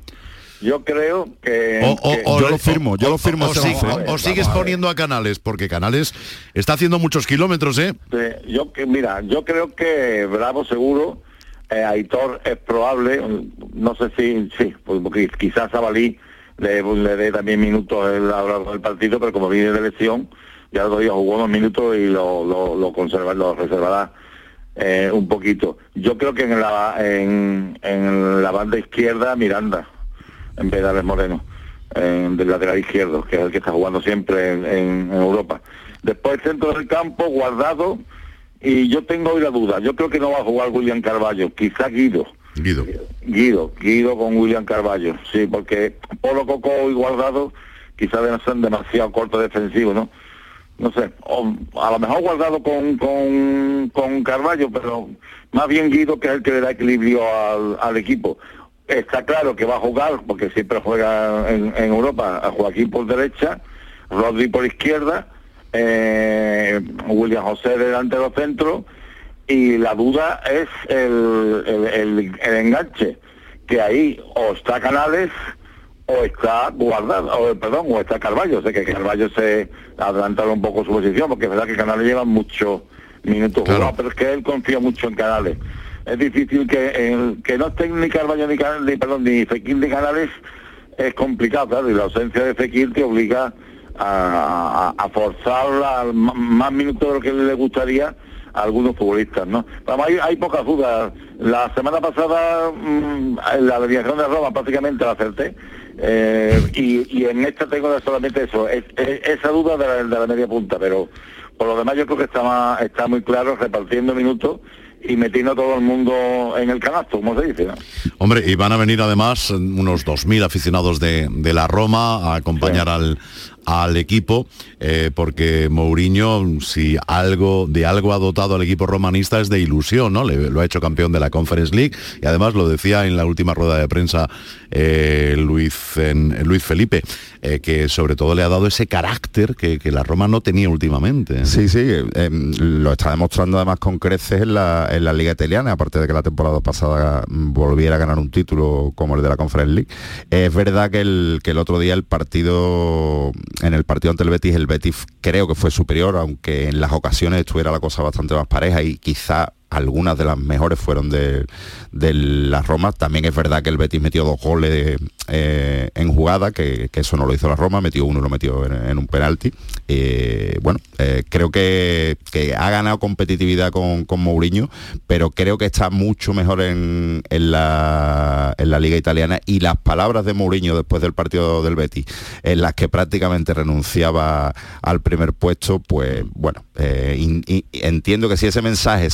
Yo creo que... O, o, que o, yo lo firmo, yo o, lo firmo. O, o, sí, o, o sigues poniendo a Canales, porque Canales está haciendo muchos kilómetros, ¿eh? Sí, yo que mira, yo creo que Bravo seguro, eh, Aitor es probable, no sé si, sí, porque quizás Sabalí le, le dé también minutos a lo largo del partido, pero como viene de lesión, ya el otro día jugó unos minutos y lo, lo, lo conserva, lo reservará eh, un poquito. Yo creo que en la, en, en la banda izquierda, Miranda, en vez de Alex Moreno, eh, del lateral izquierdo, que es el que está jugando siempre en, en, en Europa. Después el centro del campo, Guardado, y yo tengo hoy la duda, yo creo que no va a jugar William Carvalho, quizá Guido. Guido. Guido, Guido con William Carvalho, sí, porque Polo, Coco y Guardado quizás son demasiado cortos defensivos, ¿no? No sé, o a lo mejor Guardado con, con, con Carvalho, pero más bien Guido, que es el que le da equilibrio al, al equipo. Está claro que va a jugar, porque siempre juega en, en Europa, a Joaquín por derecha, Rodri por izquierda, eh, William José delante de los centros, y la duda es el, el, el, el enganche, que ahí o está Canales o está Guardado, o, perdón, o está Carvalho. O sea que Carvalho se adelantaron un poco su posición, porque es verdad que Canales lleva muchos minutos claro. jugados, pero es que él confía mucho en Canales. Es difícil que eh, que no estén ni Carvalho ni, Canales, ni perdón ni Fekir ni Canales, es complicado, claro, y la ausencia de Fekir te obliga a, a, a forzar la, más minutos de lo que le gustaría a algunos futbolistas, ¿no? Pero hay, hay pocas dudas. La semana pasada mmm, la alineación de Roma prácticamente la acerté, eh, y, y en esta tengo solamente eso, es, es, esa duda de la, de la media punta, pero por lo demás yo creo que está, más, está muy claro, repartiendo minutos y metiendo a todo el mundo en el canasto, como se dice, ¿no? Hombre, y van a venir además unos dos mil aficionados de, de la Roma a acompañar sí. al, al equipo, eh, porque Mourinho, si algo de algo ha dotado al equipo romanista, es de ilusión, ¿no? Le, lo ha hecho campeón de la Conference League, y además lo decía en la última rueda de prensa eh, Luis, en, Luis Felipe, eh, que sobre todo le ha dado ese carácter que, que la Roma no tenía últimamente. Sí, sí, eh, lo está demostrando además con creces en la, en la Liga Italiana, aparte de que la temporada pasada volviera a ganar un título como el de la Conference League. Es verdad que el, que el otro día el partido... En el partido ante el Betis, el Betis creo que fue superior, aunque en las ocasiones estuviera la cosa bastante más pareja, y quizá algunas de las mejores fueron de, de la Roma. También es verdad que el Betis metió dos goles eh, en jugada, que, que eso no lo hizo la Roma, metió uno y lo metió en, en un penalti. Eh, bueno, eh, creo que, que ha ganado competitividad con, con Mourinho, pero creo que está mucho mejor en, en, la, en la Liga Italiana, y las palabras de Mourinho después del partido del Betis, en las que prácticamente renunciaba al primer puesto, pues bueno, eh, in, in, entiendo que si ese mensaje se lo está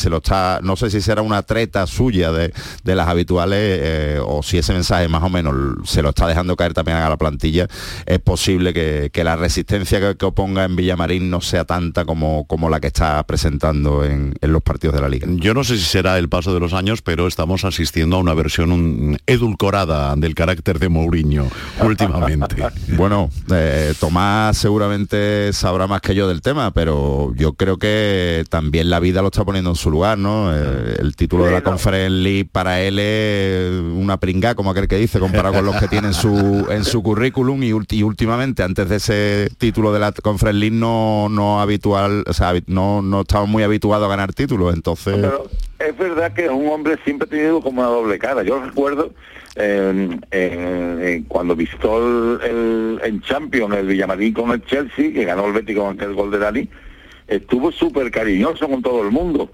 será, no sé si será una treta suya de, de las habituales eh, o si ese mensaje más o menos se lo está dejando caer también a la plantilla. Es posible que, que la resistencia que, que oponga en Villamarín no sea tanta como, como la que está presentando en, en los partidos de la Liga. Yo no sé si será el paso de los años, pero estamos asistiendo a una versión un, edulcorada del carácter de Mourinho últimamente. Bueno, eh, Tomás seguramente sabrá más que yo del tema, pero yo creo que también la vida lo está poniendo en su lugar, ¿no? Eh, el título de la Conference League para él es una pringá, como aquel que dice, comparado con los que tiene en su, en su currículum, y, y últimamente, antes de ese título de la Conference League, no, no habitual, o sea, no, no estaba muy habituado a ganar títulos, entonces... Pero es verdad que es un hombre siempre ha tenido como una doble cara. Yo recuerdo eh, eh, cuando visitó el, el, en Champions el Villamarín con el Chelsea, que ganó el Betis con aquel gol de Dani, estuvo súper cariñoso con todo el mundo.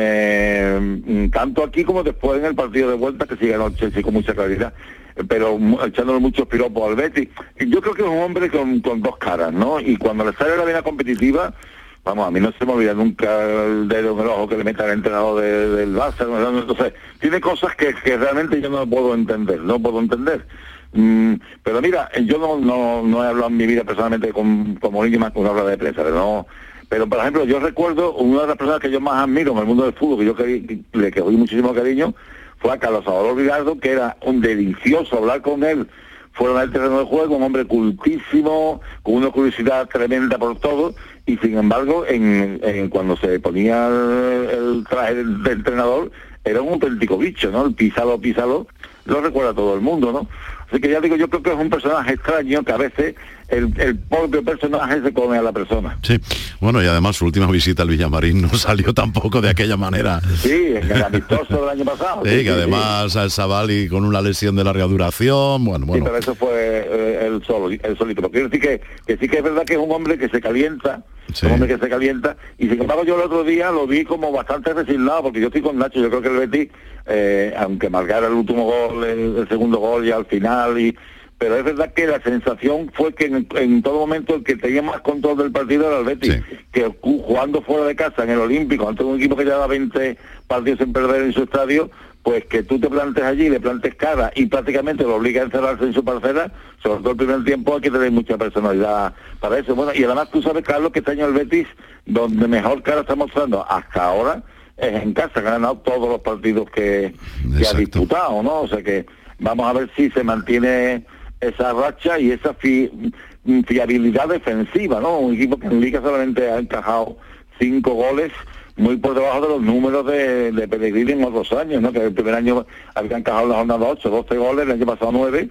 Eh, tanto aquí como después en el partido de vuelta, que sí ganó el Chelsea con mucha claridad, pero echándole muchos piropos al Betis. Yo creo que es un hombre con, con dos caras, ¿no? Y cuando le sale la vena competitiva, vamos, a mí no se me olvida nunca el dedo en el ojo que le meta al entrenador de, del Barça. Entonces, tiene cosas que, que realmente yo no puedo entender, no puedo entender. Mm, pero mira, yo no, no, no he hablado en mi vida personalmente con, con Mourinho más que una habla de prensa, pero no... Pero, por ejemplo, yo recuerdo una de las personas que yo más admiro en el mundo del fútbol, que yo que, le cogí muchísimo cariño, fue a Carlos Salvador Vilardo, que era un delicioso hablar con él fuera del terreno de juego, un hombre cultísimo, con una curiosidad tremenda por todo, y sin embargo, en, en cuando se ponía el, el traje del, del entrenador, era un auténtico bicho, ¿no? El písalo, písalo, lo recuerda todo el mundo, ¿no? Así que ya digo, yo creo que es un personaje extraño que a veces el, el propio personaje se come a la persona. Sí, bueno, y además su última visita al Villamarín no salió tampoco de aquella manera. Sí, el amistoso del año pasado. Sí, sí que sí, además sí. al Savali con una lesión de larga duración, bueno, bueno. Sí, pero eso fue eh, el solo, el solito. Pero quiero decir que, que sí que es verdad que es un hombre que se calienta, sí. un hombre que se calienta, y sin embargo yo el otro día lo vi como bastante resignado, porque yo estoy con Nacho, yo creo que el Betis, eh, aunque marcara el último gol, el, el segundo gol y al final, y pero es verdad que la sensación fue que en, en todo momento el que tenía más control del partido era el Betis, sí. que jugando fuera de casa en el Olímpico, ante un equipo que llevaba veinte partidos sin perder en su estadio, pues que tú te plantes allí, le plantes cara y prácticamente lo obliga a encerrarse en su parcela, sobre todo el primer tiempo hay que tener mucha personalidad para eso. Bueno, y además tú sabes, Carlos, que este año el Betis, donde mejor cara está mostrando hasta ahora, es en casa, que ha ganado todos los partidos que, que ha disputado, ¿no? O sea que vamos a ver si se mantiene esa racha y esa fi, fiabilidad defensiva, ¿no? Un equipo que en Liga solamente ha encajado cinco goles, muy por debajo de los números de, de Pellegrini en otros años, ¿no? Que el primer año había encajado en la jornada ocho, doce goles, el año pasado nueve,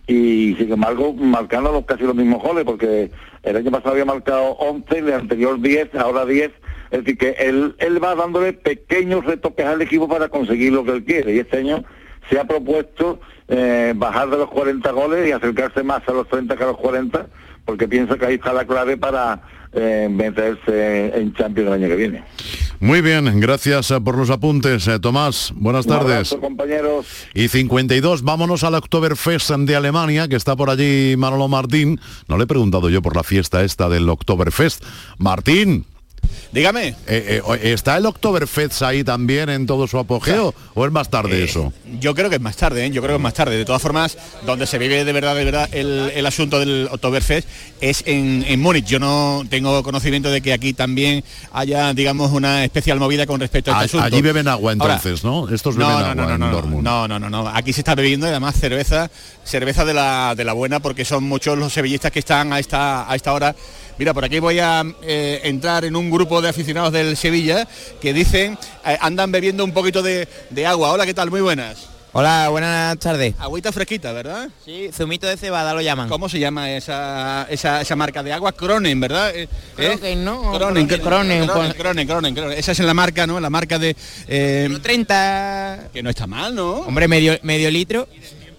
y sin embargo marcando los, casi los mismos goles, porque el año pasado había marcado once, el anterior diez, ahora diez, es decir, que él, él va dándole pequeños retoques al equipo para conseguir lo que él quiere, y este año se ha propuesto eh, bajar de los cuarenta goles y acercarse más a los treinta que a los cuarenta, porque piensa que ahí está la clave para eh, meterse en Champions el año que viene. Muy bien, gracias por los apuntes, eh, Tomás. Buenas tardes. Un abrazo, compañeros. Y cincuenta y dos, vámonos al Oktoberfest de Alemania, que está por allí Manolo Martín. No le he preguntado yo por la fiesta esta del Oktoberfest. Martín. Dígame. Eh, eh, ¿Está el Oktoberfest ahí también en todo su apogeo o, sea, o es más tarde eh, eso? Yo creo que es más tarde, ¿eh? yo creo que es más tarde. De todas formas, donde se vive de verdad, de verdad el, el asunto del Oktoberfest es en, en Múnich. Yo no tengo conocimiento de que aquí también haya, digamos, una especial movida con respecto a este a, asunto. Allí beben agua entonces, Ahora, ¿no? Estos beben no, no, agua no, no, en no, Dortmund. No, no, no, no. Aquí se está bebiendo y además cerveza, cerveza de la, de la buena, porque son muchos los sevillistas que están a esta, a esta hora. Mira, por aquí voy a eh, entrar en un grupo de aficionados del Sevilla que dicen, eh, andan bebiendo un poquito de, de agua. Hola, ¿qué tal? Muy buenas. Hola, buenas tardes. Agüita fresquita, ¿verdad? Sí, zumito de cebada lo llaman. ¿Cómo se llama esa esa, esa marca de agua? Cronen, ¿verdad? ¿Eh? Cronen, ¿no? Cronen, Cronen, Cronen, Cronen, Cronen. Esa es la marca, ¿no? La marca de... Eh, treinta... Que no está mal, ¿no? Hombre, medio, medio litro.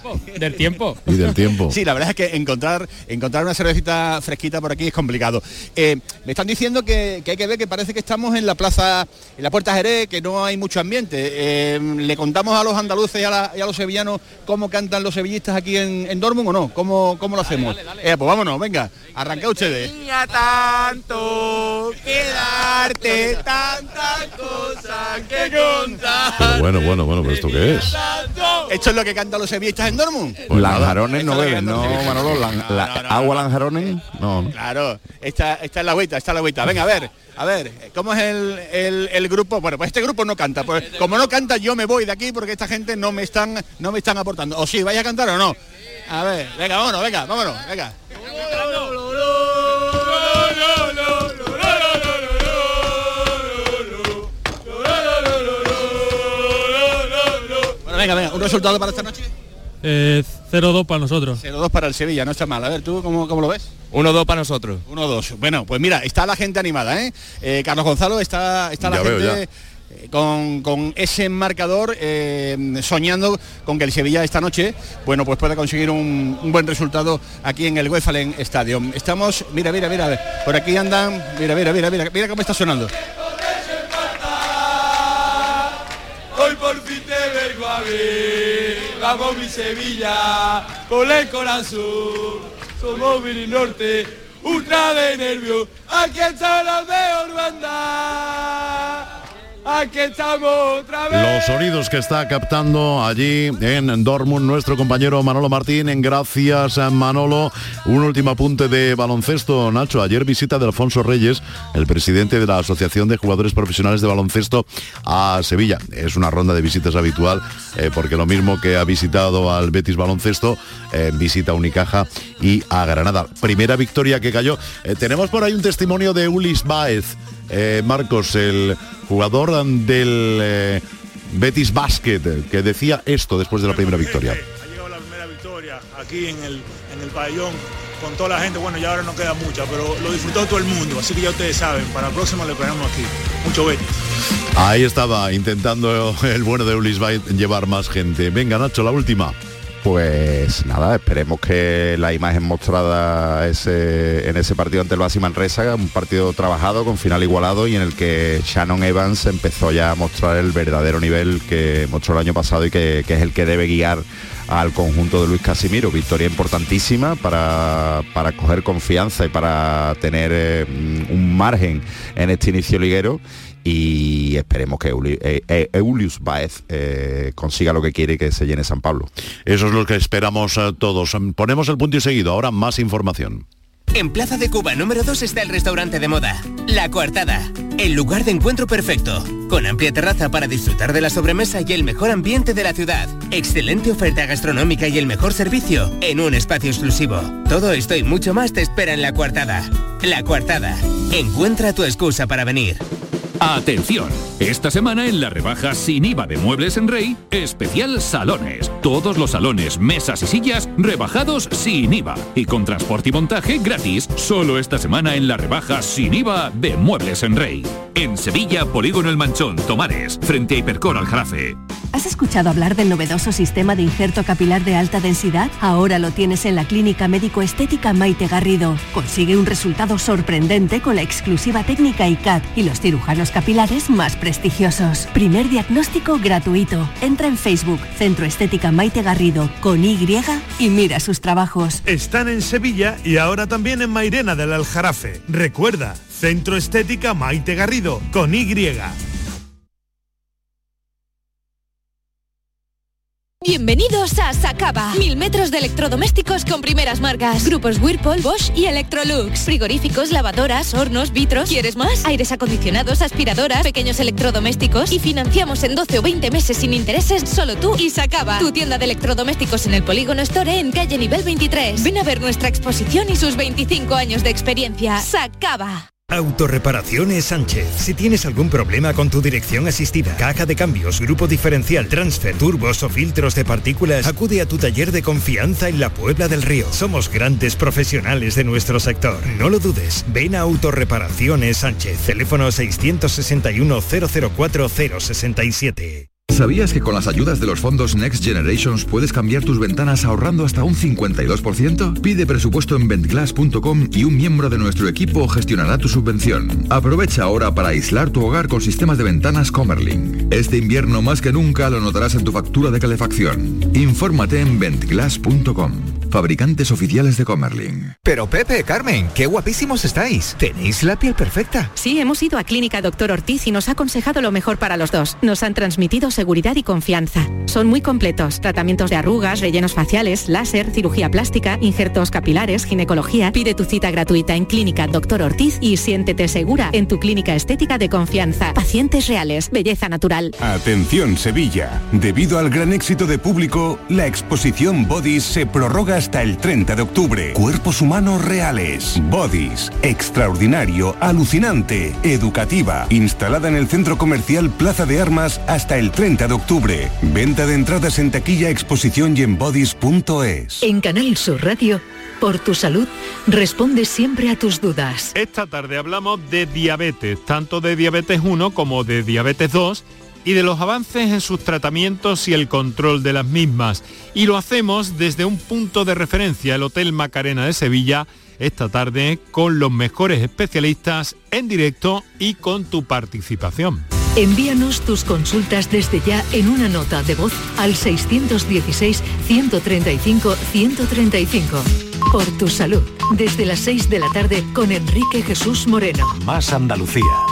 Del tiempo. Y del tiempo. Sí, la verdad es que encontrar encontrar una cervecita fresquita por aquí es complicado. Eh, me están diciendo que, que hay que ver que parece que estamos en la plaza, en la Puerta Jerez, que no hay mucho ambiente. Eh, ¿Le contamos a los andaluces y a, la, y a los sevillanos cómo cantan los sevillistas aquí en, en Dortmund o no? ¿Cómo, cómo lo hacemos? Dale, dale, dale. Eh, pues vámonos, venga, arranca ustedes. Tenía tanto que darte, tantas cosas que contar. Pero bueno, bueno, bueno, ¿pero esto qué es? ¿Esto es lo que cantan los sevillistas en Dortmund? Pues Lanjarones no beben, ¿no, Manolo? Lan, la, no, no, ¿Agua no. Lanjarones? No, no. Claro, esta, esta es la agüita, esta es la agüita. Venga, a ver, a ver, ¿cómo es el, el, el grupo? Bueno, pues este grupo no canta. Pues como no canta, yo me voy de aquí porque esta gente no me están, no me están aportando. O sí, ¿vais a cantar o no? A ver, venga, vámonos, venga, vámonos, venga. Bueno, venga, venga, ¿un resultado para esta noche? Eh, cero dos para nosotros. cero dos para el Sevilla, no está mal. A ver, ¿tú cómo, cómo lo ves? uno dos para nosotros. uno dos. Bueno, pues mira, está la gente animada, ¿eh? eh Carlos Gonzalo, está, está la Ya veo, gente eh, con, con ese marcador, eh, soñando con que el Sevilla esta noche, bueno, pues pueda conseguir un, un buen resultado aquí en el Westfalen Stadium. Estamos, mira, mira, mira, por aquí andan, mira, mira, mira, mira, mira cómo está sonando. Hoy por fin te vengo a ver, vamos mi Sevilla, con el corazón, somos Viri Norte, ultra de nervio, aquí está la mejor banda, aquí estamos otra vez. Los sonidos que está captando allí en Dortmund nuestro compañero Manolo Martín. En Gracias, Manolo. Un último apunte de baloncesto, Nacho. Ayer visita de Alfonso Reyes, el presidente de la Asociación de Jugadores Profesionales de Baloncesto, a Sevilla. Es una ronda de visitas habitual, eh, porque lo mismo que ha visitado al Betis Baloncesto, eh, visita a Unicaja y a Granada. Primera victoria que cayó. Eh, tenemos por ahí un testimonio de Ulis Baez. Eh, Marcos, el jugador del eh, Betis Basket, que decía esto después de la primera victoria. Ha llegado la primera victoria aquí en el, en el pabellón con toda la gente. Bueno, ya ahora no queda mucha, pero lo disfrutó todo el mundo, así que ya ustedes saben, para la próxima lo esperamos aquí. Mucho Betis. Ahí estaba intentando el bueno de Ulis Baez llevar más gente. Venga, Nacho, la última. Pues nada, esperemos que la imagen mostrada ese, en ese partido ante el Baxi Manresa, un partido trabajado con final igualado y en el que Shannon Evans empezó ya a mostrar el verdadero nivel que mostró el año pasado y que, que es el que debe guiar al conjunto de Luis Casimiro. Victoria importantísima para, para coger confianza y para tener eh, un margen en este inicio liguero. Y esperemos que Euli, eh, Eulius Baez eh, consiga lo que quiere y que se llene San Pablo. Eso es lo que esperamos eh, todos. Ponemos el punto y seguido, ahora más información. En Plaza de Cuba número dos está el restaurante de moda, La Coartada, el lugar de encuentro perfecto, con amplia terraza para disfrutar de la sobremesa y el mejor ambiente de la ciudad, excelente oferta gastronómica y el mejor servicio en un espacio exclusivo. Todo esto y mucho más te espera en La Coartada. La Coartada, encuentra tu excusa para venir. Atención, esta semana en la rebaja sin I V A de Muebles en Rey, especial salones. Todos los salones, mesas y sillas rebajados sin I V A y con transporte y montaje gratis, solo esta semana en la rebaja sin I V A de Muebles en Rey. En Sevilla, Polígono El Manchón, Tomares, frente a Hipercor Aljarafe. ¿Has escuchado hablar del novedoso sistema de injerto capilar de alta densidad? Ahora lo tienes en la Clínica Médico Estética Maite Garrido. Consigue un resultado sorprendente con la exclusiva técnica I C A D y los cirujanos capilares más prestigiosos. Primer diagnóstico gratuito. Entra en Facebook, Centro Estética Maite Garrido, con Y, y mira sus trabajos. Están en Sevilla y ahora también en Mairena del Aljarafe. Recuerda, Centro Estética Maite Garrido, con Y. Bienvenidos a Sacaba. Mil metros de electrodomésticos con primeras marcas. Grupos Whirlpool, Bosch y Electrolux. Frigoríficos, lavadoras, hornos, vitros. ¿Quieres más? Aires acondicionados, aspiradoras, pequeños electrodomésticos. Y financiamos en doce o veinte meses sin intereses, solo tú y Sacaba. Tu tienda de electrodomésticos en el Polígono Store en calle Nivel veintitrés. Ven a ver nuestra exposición y sus veinticinco años de experiencia. Sacaba. Autorreparaciones Sánchez. Si tienes algún problema con tu dirección asistida, caja de cambios, grupo diferencial, transfer, turbos o filtros de partículas, acude a tu taller de confianza en la Puebla del Río. Somos grandes profesionales de nuestro sector. No lo dudes. Ven a Autorreparaciones Sánchez. Teléfono seiscientos sesenta y uno, cero cero cuatro, cero sesenta y siete. ¿Sabías que con las ayudas de los fondos Next Generations puedes cambiar tus ventanas ahorrando hasta un cincuenta y dos por ciento? Pide presupuesto en ventglass punto com y un miembro de nuestro equipo gestionará tu subvención. Aprovecha ahora para aislar tu hogar con sistemas de ventanas Comerlin. Este invierno más que nunca lo notarás en tu factura de calefacción. Infórmate en ventglass punto com. Fabricantes oficiales de Comerlin. Pero Pepe, Carmen, qué guapísimos estáis. Tenéis la piel perfecta. Sí, hemos ido a Clínica Doctor Ortiz y nos ha aconsejado lo mejor para los dos. Nos han transmitido seguridad y confianza. Son muy completos. Tratamientos de arrugas, rellenos faciales, láser, cirugía plástica, injertos capilares, ginecología. Pide tu cita gratuita en Clínica Doctor Ortiz y siéntete segura en tu clínica estética de confianza. Pacientes reales, belleza natural. Atención Sevilla. Debido al gran éxito de público, la exposición Bodies se prorroga hasta el treinta de octubre. Cuerpos humanos reales. Bodies. Extraordinario, alucinante, educativa. Instalada en el centro comercial Plaza de Armas hasta el treinta de octubre. Venta de entradas en taquilla, exposición y en bodies punto es. En Canal Sur Radio, por tu salud, responde siempre a tus dudas. Esta tarde hablamos de diabetes, tanto de diabetes uno como de diabetes dos, y de los avances en sus tratamientos y el control de las mismas. Y lo hacemos desde un punto de referencia, el Hotel Macarena de Sevilla, esta tarde con los mejores especialistas en directo y con tu participación. Envíanos tus consultas desde ya en una nota de voz al seiscientos dieciséis, ciento treinta y cinco, ciento treinta y cinco. Por tu salud, desde las seis de la tarde con Enrique Jesús Moreno. Más Andalucía.